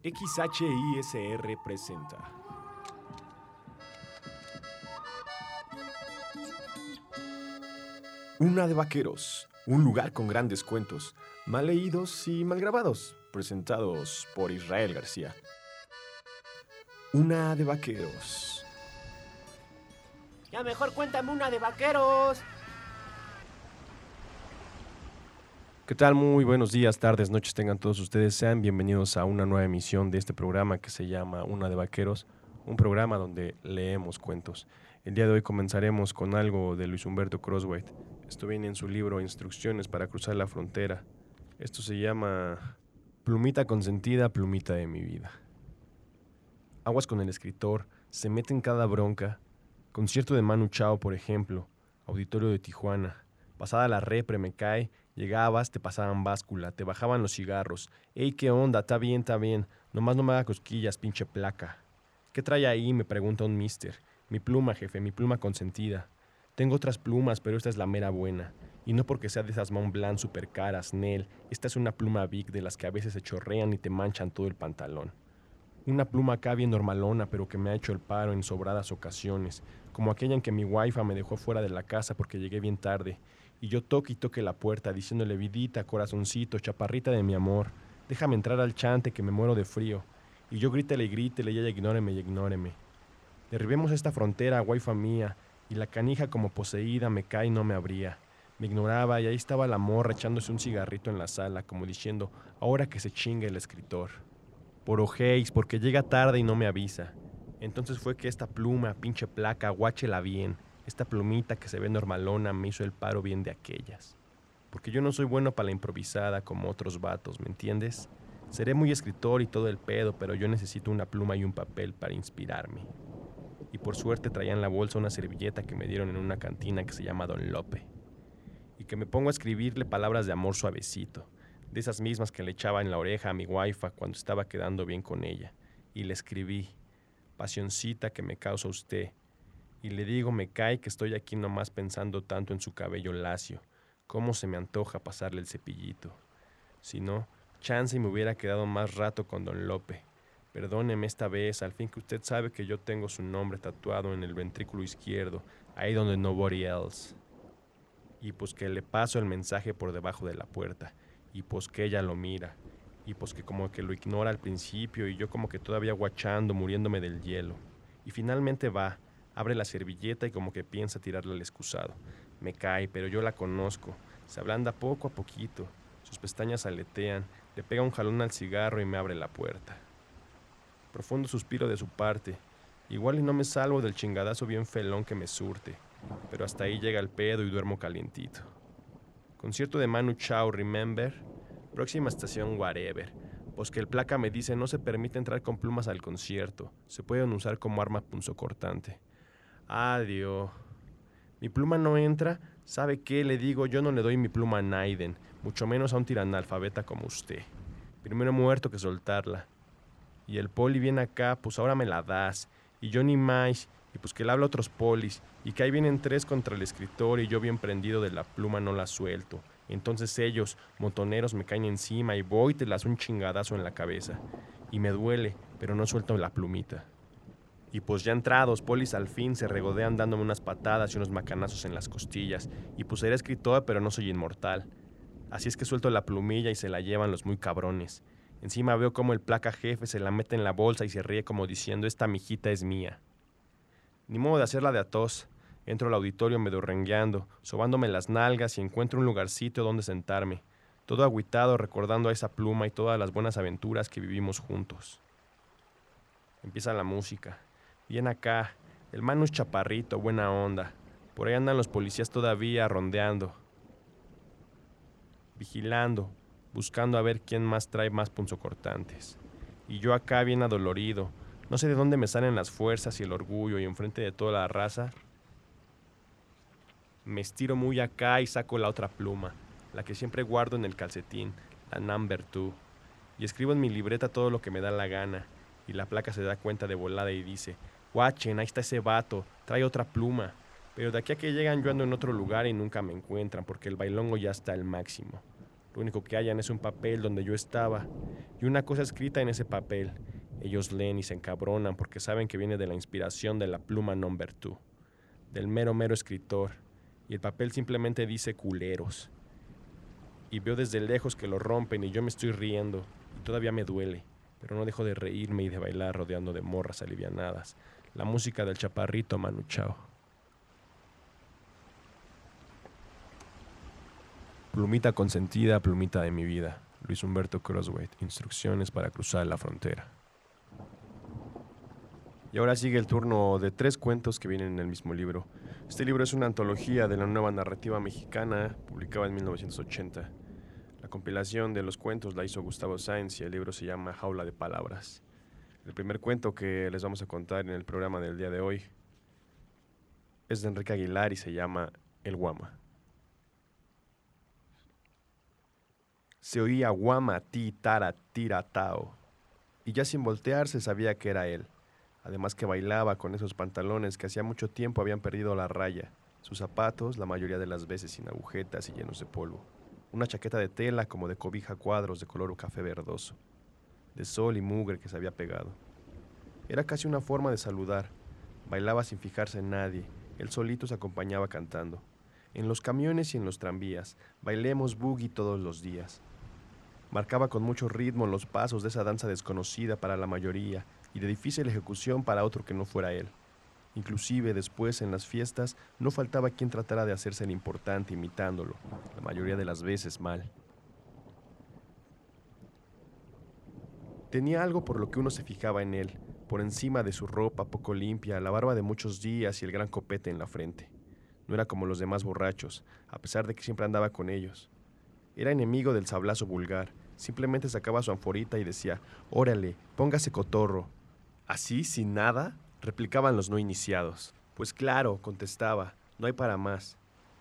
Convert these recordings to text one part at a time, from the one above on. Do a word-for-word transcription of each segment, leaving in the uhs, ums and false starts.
X H I S R presenta Una de Vaqueros, un lugar con grandes cuentos, mal leídos y mal grabados, presentados por Israel García. Una de Vaqueros. Ya mejor cuéntame una de vaqueros. ¿Qué tal? Muy buenos días, tardes, noches tengan todos ustedes. Sean bienvenidos a una nueva emisión de este programa que se llama Una de Vaqueros, un programa donde leemos cuentos. El día de hoy comenzaremos con algo de Luis Humberto Croswell. Esto viene en su libro Instrucciones para cruzar la frontera. Esto se llama Plumita consentida, plumita de mi vida. Aguas con el escritor, se mete en cada bronca. Concierto de Manu Chao, por ejemplo, Auditorio de Tijuana. Pasada la repre me cae, llegabas, te pasaban báscula, te bajaban los cigarros. Ey, ¿qué onda? Está bien, está bien. Nomás no me haga cosquillas, pinche placa. ¿Qué trae ahí? Me pregunta un mister. Mi pluma, jefe, mi pluma consentida. Tengo otras plumas, pero esta es la mera buena. Y no porque sea de esas Mont Blanc super caras, Nel. Esta es una pluma Big de las que a veces se chorrean y te manchan todo el pantalón. Una pluma acá bien normalona, pero que me ha hecho el paro en sobradas ocasiones, como aquella en que mi wifi me dejó fuera de la casa porque llegué bien tarde, y yo toque y toque la puerta, diciéndole: vidita, corazoncito, chaparrita de mi amor, déjame entrar al chante que me muero de frío, y yo grítele y grítele y ella ignóreme y ignóreme. Derribemos esta frontera, wifi mía, y la canija como poseída me cae y no me abría. Me ignoraba y ahí estaba la morra echándose un cigarrito en la sala, como diciendo: ahora que se chinga el escritor. Por ojéis, porque llega tarde y no me avisa. Entonces fue que esta pluma, pinche placa, guáchela bien. Esta plumita que se ve normalona me hizo el paro bien de aquellas. Porque yo no soy bueno para la improvisada como otros vatos, ¿me entiendes? Seré muy escritor y todo el pedo, pero yo necesito una pluma y un papel para inspirarme. Y por suerte traía en la bolsa una servilleta que me dieron en una cantina que se llama Don Lope. Y que me pongo a escribirle palabras de amor suavecito. De esas mismas que le echaba en la oreja a mi wifi cuando estaba quedando bien con ella. Y le escribí: pasioncita que me causa usted. Y le digo, me cae que estoy aquí nomás pensando tanto en su cabello lacio. Cómo se me antoja pasarle el cepillito. Si no, chance y me hubiera quedado más rato con Don Lope. Perdóneme esta vez, al fin que usted sabe que yo tengo su nombre tatuado en el ventrículo izquierdo, ahí donde nobody else. Y pues que le paso el mensaje por debajo de la puerta. Y pues que ella lo mira, y pues que como que lo ignora al principio, y yo como que todavía guachando, muriéndome del hielo. Y finalmente va, abre la servilleta y como que piensa tirarle al excusado. Me cae, pero yo la conozco, se ablanda poco a poquito, sus pestañas aletean, le pega un jalón al cigarro y me abre la puerta. Profundo suspiro de su parte, igual y no me salvo del chingadazo bien felón que me surte, pero hasta ahí llega el pedo y duermo calientito. Concierto de Manu Chao, remember? Próxima estación, whatever. Pues que el placa me dice no se permite entrar con plumas al concierto. Se pueden usar como arma punzocortante. Adiós. Mi pluma no entra. ¿Sabe qué? Le digo, yo no le doy mi pluma a Naiden, mucho menos a un tiranalfabeta como usted. Primero muerto que soltarla. Y el poli viene acá, pues ahora me la das. Y yo ni más. Y pues que le habla a otros polis, y que ahí vienen tres contra el escritor y yo bien prendido de la pluma no la suelto. Entonces ellos, montoneros, me caen encima y voy y te las un chingadazo en la cabeza. Y me duele, pero no suelto la plumita. Y pues ya entrados, polis al fin se regodean dándome unas patadas y unos macanazos en las costillas. Y pues era escritor, pero no soy inmortal. Así es que suelto la plumilla y se la llevan los muy cabrones. Encima veo como el placa jefe se la mete en la bolsa y se ríe como diciendo: esta mijita es mía. Ni modo de hacerla de a tos. Entro al auditorio medio rengueando, sobándome las nalgas y encuentro un lugarcito donde sentarme, todo agüitado recordando a esa pluma y todas las buenas aventuras que vivimos juntos. Empieza la música. Bien acá, el Manu es chaparrito, buena onda. Por ahí andan los policías todavía rondeando, vigilando, buscando a ver quién más trae más punzocortantes. Y yo acá bien adolorido. No sé de dónde me salen las fuerzas y el orgullo y enfrente de toda la raza me estiro muy acá y saco la otra pluma, la que siempre guardo en el calcetín, la number two, y escribo en mi libreta todo lo que me da la gana, y la placa se da cuenta de volada y dice: guachen, ahí está ese vato, trae otra pluma, pero de aquí a que llegan yo ando en otro lugar y nunca me encuentran porque el bailongo ya está al máximo. Lo único que hallan es un papel donde yo estaba y una cosa escrita en ese papel. Ellos leen y se encabronan porque saben que viene de la inspiración de la pluma number two, del mero mero escritor, y el papel simplemente dice culeros. Y veo desde lejos que lo rompen y yo me estoy riendo y todavía me duele, pero no dejo de reírme y de bailar rodeando de morras alivianadas, la música del chaparrito Manu Chao. Plumita consentida, plumita de mi vida. Luis Humberto Croswaite, instrucciones para cruzar la frontera. Y ahora sigue el turno de tres cuentos que vienen en el mismo libro. Este libro es una antología de la nueva narrativa mexicana, publicada en mil novecientos ochenta. La compilación de los cuentos la hizo Gustavo Sáenz y el libro se llama Jaula de Palabras. El primer cuento que les vamos a contar en el programa del día de hoy es de Enrique Aguilar y se llama El Guama. Se oía guama, ti, tara, tira, tao, y ya sin voltearse sabía que era él. Además que bailaba con esos pantalones que hacía mucho tiempo habían perdido la raya, sus zapatos, la mayoría de las veces sin agujetas y llenos de polvo, una chaqueta de tela como de cobija cuadros de color café verdoso, de sol y mugre que se había pegado. Era casi una forma de saludar, bailaba sin fijarse en nadie, él solito se acompañaba cantando. En los camiones y en los tranvías, bailemos boogie todos los días. Marcaba con mucho ritmo los pasos de esa danza desconocida para la mayoría y de difícil ejecución para otro que no fuera él. Inclusive después en las fiestas no faltaba quien tratara de hacerse el importante imitándolo, la mayoría de las veces mal. Tenía algo por lo que uno se fijaba en él, por encima de su ropa poco limpia, la barba de muchos días y el gran copete en la frente. No era como los demás borrachos, a pesar de que siempre andaba con ellos. Era enemigo del sablazo vulgar. Simplemente sacaba su anforita y decía, órale, póngase cotorro. ¿Así, sin nada?, replicaban los no iniciados. Pues claro, contestaba, no hay para más.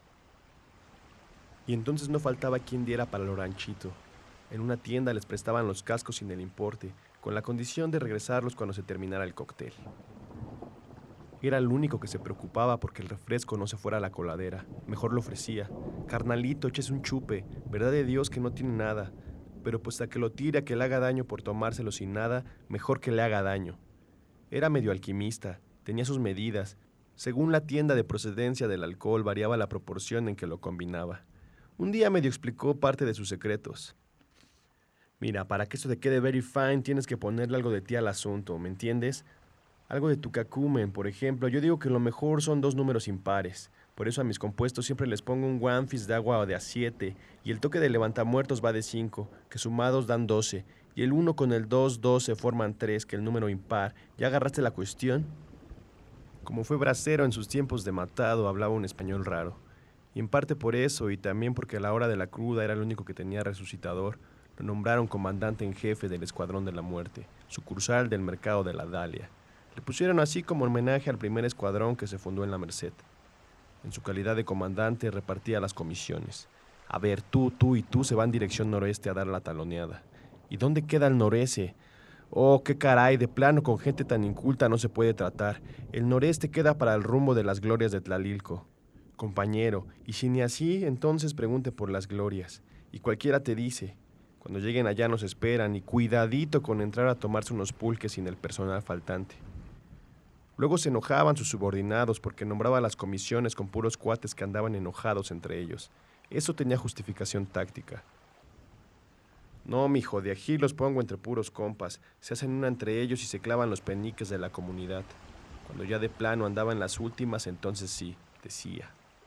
Y entonces no faltaba quien diera para lo ranchito. En una tienda les prestaban los cascos sin el importe, con la condición de regresarlos cuando se terminara el cóctel. Era el único que se preocupaba porque el refresco no se fuera a la coladera. Mejor lo ofrecía. Carnalito, échese un chupe. Verdad de Dios que no tiene nada. Pero pues a que lo tire, a que le haga daño por tomárselo sin nada, mejor que le haga daño. Era medio alquimista, tenía sus medidas. Según la tienda de procedencia del alcohol, variaba la proporción en que lo combinaba. Un día medio explicó parte de sus secretos. Mira, para que esto te quede very fine, tienes que ponerle algo de ti al asunto, ¿me entiendes? Algo de tu cacumen, por ejemplo. Yo digo que lo mejor son dos números impares. Por eso a mis compuestos siempre les pongo un one fist de agua de a siete, y el toque de levantamuertos va de cinco, que sumados dan doce, y el uno con el dos, doce forman tres, que el número impar. ¿Ya agarraste la cuestión? Como fue bracero en sus tiempos de matado, hablaba un español raro. Y en parte por eso, y también porque a la hora de la cruda era el único que tenía resucitador, lo nombraron comandante en jefe del Escuadrón de la Muerte, sucursal del Mercado de la Dalia. Le pusieron así como homenaje al primer escuadrón que se fundó en la Merced. En su calidad de comandante repartía las comisiones. A ver, tú, tú y tú se van dirección noroeste a dar la taloneada. ¿Y dónde queda el noreste? Oh, qué caray, de plano con gente tan inculta no se puede tratar. El noreste queda para el rumbo de las glorias de Tlalilco. Compañero, y si ni así, entonces pregunte por las glorias. Y cualquiera te dice. Cuando lleguen allá nos esperan y cuidadito con entrar a tomarse unos pulques sin el personal faltante. Luego se enojaban sus subordinados porque nombraba las comisiones con puros cuates que andaban enojados entre ellos. Eso tenía justificación táctica. No, mijo, de aquí los pongo entre puros compas. Se hacen una entre ellos y se clavan los peniques de la comunidad. Cuando ya de plano andaba en las últimas, entonces sí, decía.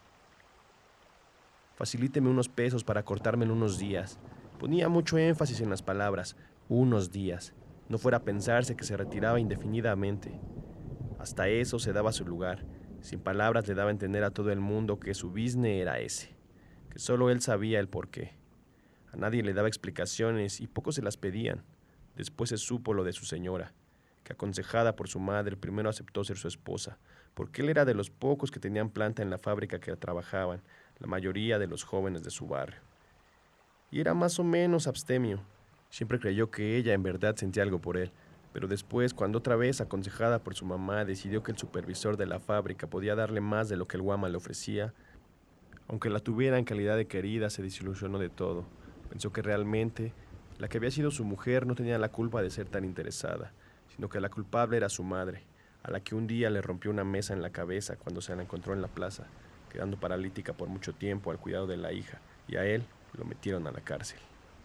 Facilíteme unos pesos para cortarme en unos días. Ponía mucho énfasis en las palabras, unos días. No fuera a pensarse que se retiraba indefinidamente. Hasta eso se daba su lugar. Sin palabras le daba a entender a todo el mundo que su business era ese, que solo él sabía el porqué. A nadie le daba explicaciones y pocos se las pedían. Después se supo lo de su señora, que aconsejada por su madre primero aceptó ser su esposa, porque él era de los pocos que tenían planta en la fábrica que trabajaban, la mayoría de los jóvenes de su barrio. Y era más o menos abstemio. Siempre creyó que ella en verdad sentía algo por él. Pero después, cuando otra vez, aconsejada por su mamá, decidió que el supervisor de la fábrica podía darle más de lo que el guama le ofrecía, aunque la tuviera en calidad de querida, se desilusionó de todo. Pensó que realmente la que había sido su mujer no tenía la culpa de ser tan interesada, sino que la culpable era su madre, a la que un día le rompió una mesa en la cabeza cuando se la encontró en la plaza, quedando paralítica por mucho tiempo al cuidado de la hija, y a él lo metieron a la cárcel.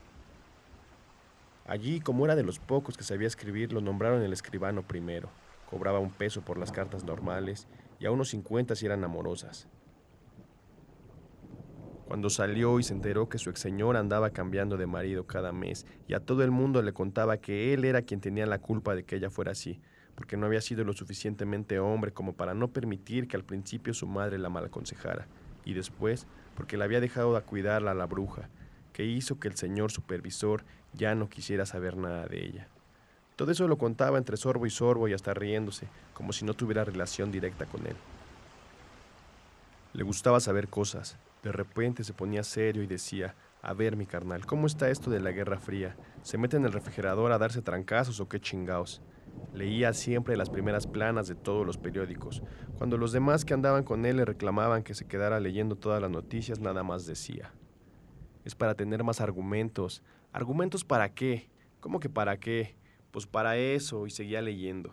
Allí, como era de los pocos que sabía escribir, lo nombraron el escribano primero. Cobraba un peso por las cartas normales y a unos cincuenta si eran amorosas. Cuando salió y se enteró que su ex señor andaba cambiando de marido cada mes y a todo el mundo le contaba que él era quien tenía la culpa de que ella fuera así, porque no había sido lo suficientemente hombre como para no permitir que al principio su madre la malaconsejara, y después porque le había dejado de cuidarla a la bruja, que hizo que el señor supervisor ya no quisiera saber nada de ella. Todo eso lo contaba entre sorbo y sorbo y hasta riéndose, como si no tuviera relación directa con él. Le gustaba saber cosas. De repente se ponía serio y decía: a ver, mi carnal, ¿cómo está esto de la Guerra Fría? ¿Se mete en el refrigerador a darse trancazos o qué chingaos? Leía siempre las primeras planas de todos los periódicos. Cuando los demás que andaban con él le reclamaban que se quedara leyendo todas las noticias, nada más decía: es para tener más argumentos. ¿Argumentos para qué? ¿Cómo que para qué? Pues para eso, y seguía leyendo.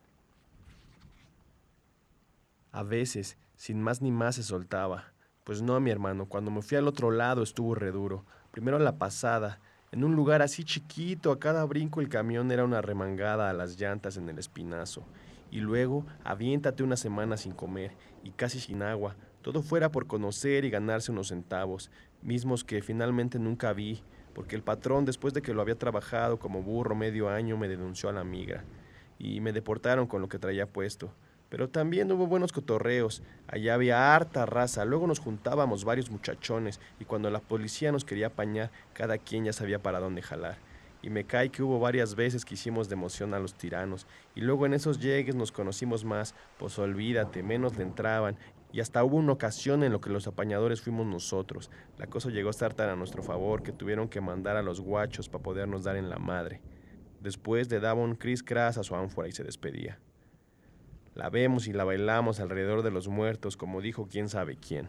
A veces, sin más ni más, se soltaba. Pues no, mi hermano, cuando me fui al otro lado estuvo reduro. Primero la pasada, en un lugar así chiquito, a cada brinco el camión era una remangada a las llantas en el espinazo. Y luego, aviéntate una semana sin comer y casi sin agua. Todo fuera por conocer y ganarse unos centavos, mismos que finalmente nunca vi, porque el patrón, después de que lo había trabajado como burro medio año, me denunció a la migra. Y me deportaron con lo que traía puesto. Pero también hubo buenos cotorreos, allá había harta raza, luego nos juntábamos varios muchachones y cuando la policía nos quería apañar, cada quien ya sabía para dónde jalar. Y me cae que hubo varias veces que hicimos de emoción a los tiranos, y luego en esos llegues nos conocimos más, pues olvídate, menos le entraban, y hasta hubo una ocasión en la que los apañadores fuimos nosotros. La cosa llegó a estar tan a nuestro favor que tuvieron que mandar a los guachos para podernos dar en la madre. Después le daba un cris cras a su ánfora y se despedía. La vemos y la bailamos alrededor de los muertos, como dijo quién sabe quién.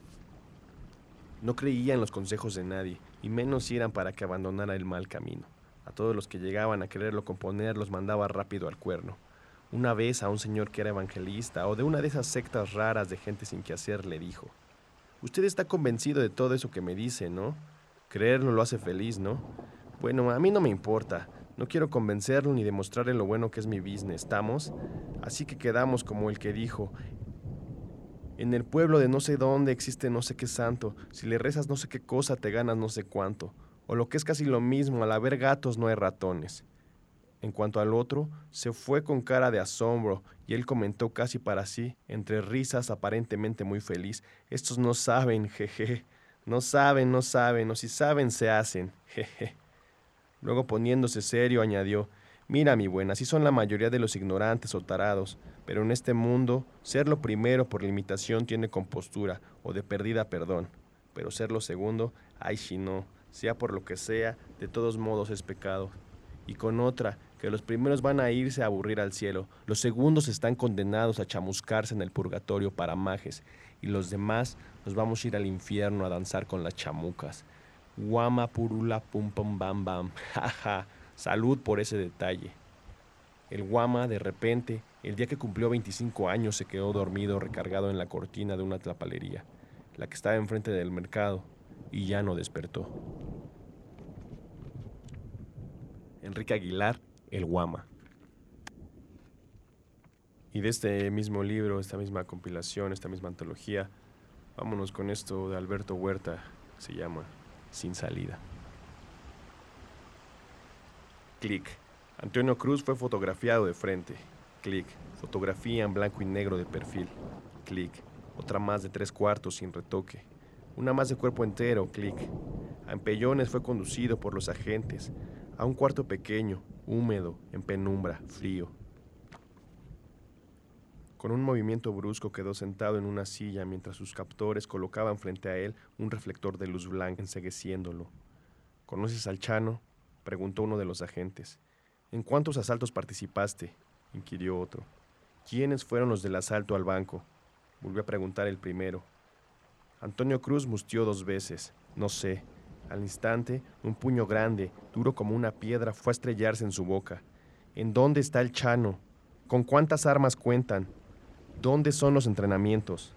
No creía en los consejos de nadie, y menos si eran para que abandonara el mal camino. A todos los que llegaban a quererlo componer los mandaba rápido al cuerno. Una vez a un señor que era evangelista o de una de esas sectas raras de gente sin qué hacer le dijo: usted está convencido de todo eso que me dice, ¿no? Creerlo lo hace feliz, ¿no? Bueno, a mí no me importa. No quiero convencerlo ni demostrarle lo bueno que es mi business, ¿estamos? Así que quedamos como el que dijo: en el pueblo de no sé dónde existe no sé qué santo. Si le rezas no sé qué cosa, te ganas no sé cuánto. O lo que es casi lo mismo, al haber gatos no hay ratones. En cuanto al otro, se fue con cara de asombro y él comentó casi para sí, entre risas, aparentemente muy feliz: estos no saben, jeje. No saben, no saben, o si saben se hacen, jeje. Luego, poniéndose serio, añadió: mira, mi buena, así son la mayoría de los ignorantes o tarados, pero en este mundo, ser lo primero por limitación tiene compostura, o de perdida perdón, pero ser lo segundo, ay si no, sea por lo que sea, de todos modos es pecado. Y con otra, que los primeros van a irse a aburrir al cielo, los segundos están condenados a chamuscarse en el purgatorio para majes, y los demás nos vamos a ir al infierno a danzar con las chamucas. Guama purula pum pum bam bam, jaja, salud por ese detalle. El guama, de repente, el día que cumplió veinticinco años, se quedó dormido recargado en la cortina de una tlapalería, la que estaba enfrente del mercado, y ya no despertó. Enrique Aguilar, El Guama. Y de este mismo libro, esta misma compilación, esta misma antología, vámonos con esto de Alberto Huerta, que se llama Sin Salida. Clic. Antonio Cruz fue fotografiado de frente. Clic. Fotografía en blanco y negro de perfil. Clic. Otra más de tres cuartos sin retoque. Una más de cuerpo entero. Clic. A empellones fue conducido por los agentes a un cuarto pequeño, húmedo, en penumbra, frío. Con un movimiento brusco quedó sentado en una silla mientras sus captores colocaban frente a él un reflector de luz blanca encegueciéndolo. ¿Conoces al Chano?, preguntó uno de los agentes. ¿En cuántos asaltos participaste?, inquirió otro. ¿Quiénes fueron los del asalto al banco?, volvió a preguntar el primero. Antonio Cruz mustió dos veces. No sé. Al instante, un puño grande, duro como una piedra, fue a estrellarse en su boca. ¿En dónde está el Chano? ¿Con cuántas armas cuentan? ¿Dónde son los entrenamientos?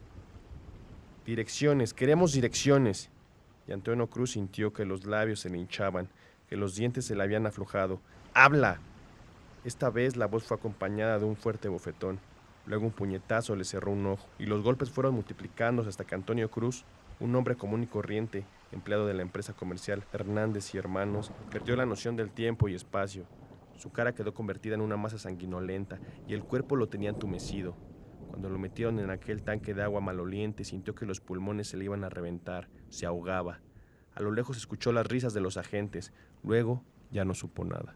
Direcciones, queremos direcciones. Y Antonio Cruz sintió que los labios se le hinchaban, que los dientes se le habían aflojado. ¡Habla! Esta vez la voz fue acompañada de un fuerte bofetón. Luego un puñetazo le cerró un ojo, y los golpes fueron multiplicándose hasta que Antonio Cruz, un hombre común y corriente, empleado de la empresa comercial Hernández y Hermanos, perdió la noción del tiempo y espacio. Su cara quedó convertida en una masa sanguinolenta y el cuerpo lo tenía entumecido. Cuando lo metieron en aquel tanque de agua maloliente, sintió que los pulmones se le iban a reventar, se ahogaba. A lo lejos escuchó las risas de los agentes, luego ya no supo nada.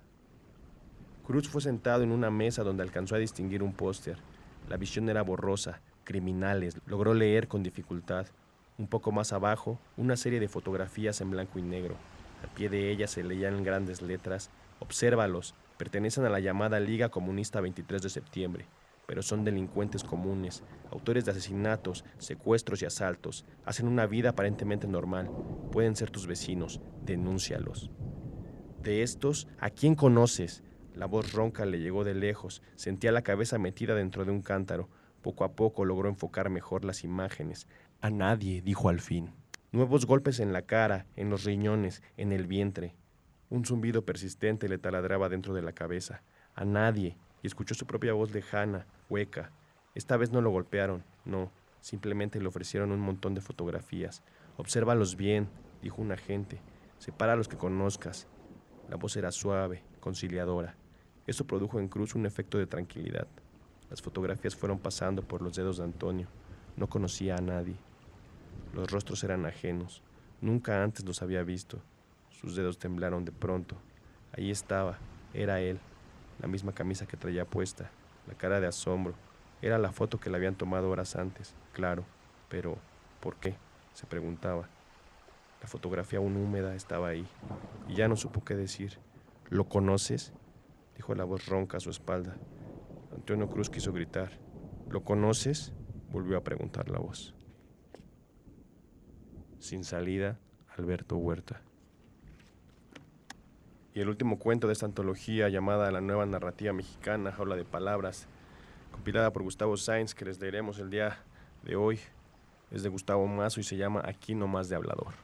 Cruz fue sentado en una mesa donde alcanzó a distinguir un póster. La visión era borrosa, criminales, logró leer con dificultad. Un poco más abajo, una serie de fotografías en blanco y negro. Al pie de ellas se leían en grandes letras: obsérvalos, pertenecen a la llamada Liga Comunista veintitrés de septiembre, pero son delincuentes comunes, autores de asesinatos, secuestros y asaltos. Hacen una vida aparentemente normal. Pueden ser tus vecinos, denúncialos. De estos, ¿a quién conoces? La voz ronca le llegó de lejos, sentía la cabeza metida dentro de un cántaro. Poco a poco logró enfocar mejor las imágenes. A nadie, dijo al fin. Nuevos golpes en la cara, en los riñones, en el vientre. Un zumbido persistente le taladraba dentro de la cabeza. A nadie, y escuchó su propia voz lejana, hueca. Esta vez no lo golpearon, no, simplemente le ofrecieron un montón de fotografías. Obsérvalos bien, dijo un agente. Separa a los que conozcas. La voz era suave, conciliadora. Eso produjo en Cruz un efecto de tranquilidad. Las fotografías fueron pasando por los dedos de Antonio. No conocía a nadie. Los rostros eran ajenos. Nunca antes los había visto. Sus dedos temblaron de pronto. Ahí estaba. Era él. La misma camisa que traía puesta. La cara de asombro. Era la foto que le habían tomado horas antes. Claro. Pero, ¿por qué?, se preguntaba. La fotografía aún húmeda estaba ahí. Y ya no supo qué decir. ¿Lo conoces?, dijo la voz ronca a su espalda. Antonio Cruz quiso gritar. ¿Lo conoces?, volvió a preguntar la voz. Sin salida, Alberto Huerta. Y el último cuento de esta antología, llamada La Nueva Narrativa Mexicana, Jaula de Palabras, compilada por Gustavo Sainz, que les leeremos el día de hoy, es de Gustavo Mazo y se llama Aquí no más de hablador.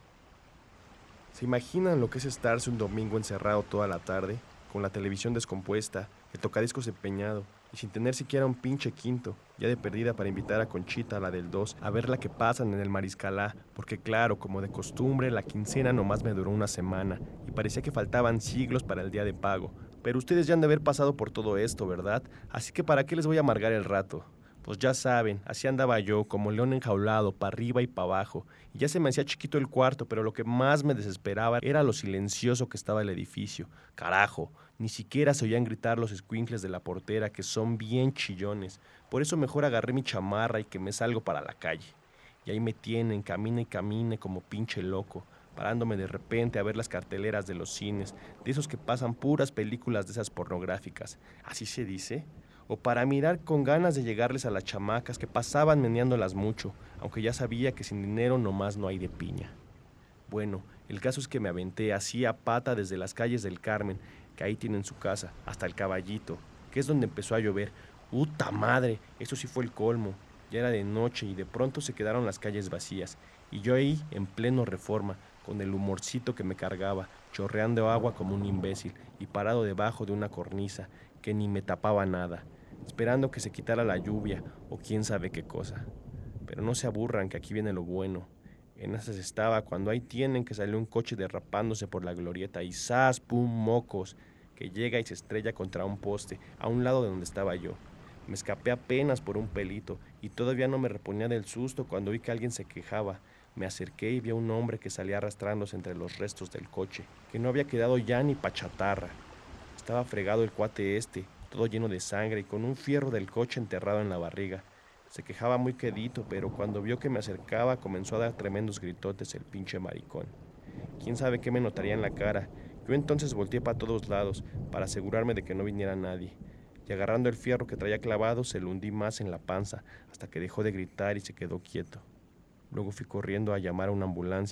¿Se imaginan lo que es estarse un domingo encerrado toda la tarde, con la televisión descompuesta, el tocadiscos empeñado, y sin tener siquiera un pinche quinto, ya de perdida para invitar a Conchita, a la del dos, a ver la que pasan en el Mariscalá, porque claro, como de costumbre, la quincena nomás me duró una semana, y parecía que faltaban siglos para el día de pago? Pero ustedes ya han de haber pasado por todo esto, ¿verdad? Así que ¿para qué les voy a amargar el rato? Pues ya saben, así andaba yo, como león enjaulado, para arriba y para abajo, y ya se me hacía chiquito el cuarto, pero lo que más me desesperaba era lo silencioso que estaba el edificio. Carajo, ni siquiera se oían gritar los escuincles de la portera, que son bien chillones. Por eso mejor agarré mi chamarra y que me salgo para la calle. Y ahí me tienen, camine y camine como pinche loco, parándome de repente a ver las carteleras de los cines, de esos que pasan puras películas de esas pornográficas. ¿Así se dice? O para mirar con ganas de llegarles a las chamacas que pasaban meneándolas mucho, aunque ya sabía que sin dinero nomás no hay de piña. Bueno, el caso es que me aventé así a pata desde las calles del Carmen, que ahí tienen su casa, hasta el Caballito, que es donde empezó a llover. ¡Uta madre! Eso sí fue el colmo. Ya era de noche y de pronto se quedaron las calles vacías, y yo ahí, en pleno Reforma, con el humorcito que me cargaba, chorreando agua como un imbécil, y parado debajo de una cornisa, que ni me tapaba nada, esperando que se quitara la lluvia o quién sabe qué cosa. Pero no se aburran, que aquí viene lo bueno. En esas estaba cuando ahí tienen que salió un coche derrapándose por la glorieta y ¡zas! ¡Pum! Mocos, que llega y se estrella contra un poste, a un lado de donde estaba yo. Me escapé apenas por un pelito y todavía no me reponía del susto cuando vi que alguien se quejaba. Me acerqué y vi a un hombre que salía arrastrándose entre los restos del coche, que no había quedado ya ni pa' chatarra. Estaba fregado el cuate este, todo lleno de sangre y con un fierro del coche enterrado en la barriga. Se quejaba muy quedito, pero cuando vio que me acercaba comenzó a dar tremendos gritotes el pinche maricón. Quién sabe qué me notaría en la cara. Yo entonces volteé para todos lados para asegurarme de que no viniera nadie. Y agarrando el fierro que traía clavado se lo hundí más en la panza hasta que dejó de gritar y se quedó quieto. Luego fui corriendo a llamar a una ambulancia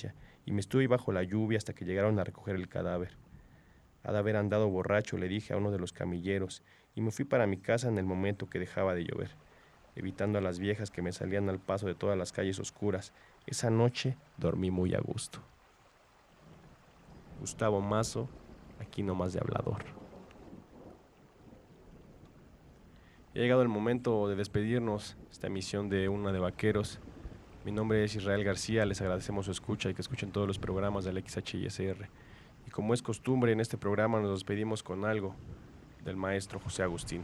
y me estuve bajo la lluvia hasta que llegaron a recoger el cadáver. Ha de haber andado borracho, le dije a uno de los camilleros, y me fui para mi casa en el momento que dejaba de llover, evitando a las viejas que me salían al paso de todas las calles oscuras. Esa noche dormí muy a gusto. Gustavo Mazo, aquí nomás de hablador. Ha llegado el momento de despedirnos, esta emisión de Una de Vaqueros. Mi nombre es Israel García, les agradecemos su escucha y que escuchen todos los programas del X H I S R. Y como es costumbre en este programa, nos despedimos con algo del maestro José Agustín.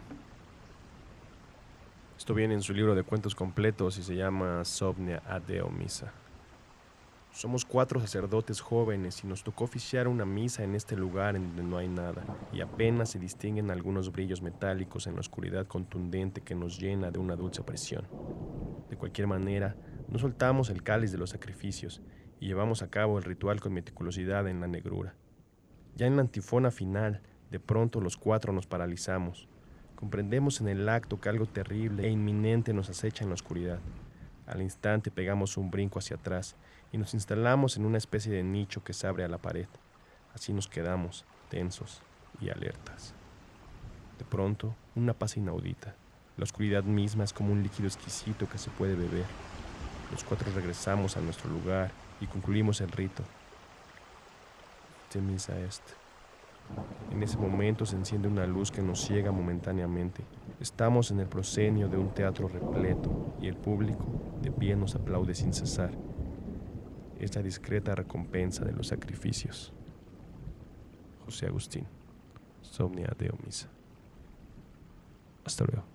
Esto viene en su libro de cuentos completos y se llama Somnia Adeo Missa. Somos cuatro sacerdotes jóvenes y nos tocó oficiar una misa en este lugar en donde no hay nada y apenas se distinguen algunos brillos metálicos en la oscuridad contundente que nos llena de una dulce opresión. De cualquier manera, no soltamos el cáliz de los sacrificios y llevamos a cabo el ritual con meticulosidad en la negrura. Ya en la antifona final, de pronto los cuatro nos paralizamos. Comprendemos en el acto que algo terrible e inminente nos acecha en la oscuridad. Al instante pegamos un brinco hacia atrás y nos instalamos en una especie de nicho que se abre a la pared. Así nos quedamos, tensos y alertas. De pronto, una paz inaudita. La oscuridad misma es como un líquido exquisito que se puede beber. Los cuatro regresamos a nuestro lugar y concluimos el rito. De misa est. En ese momento se enciende una luz que nos ciega momentáneamente. Estamos en el proscenio de un teatro repleto y el público de pie nos aplaude sin cesar. Es la discreta recompensa de los sacrificios. José Agustín, Somnia Deo Missa. Hasta luego.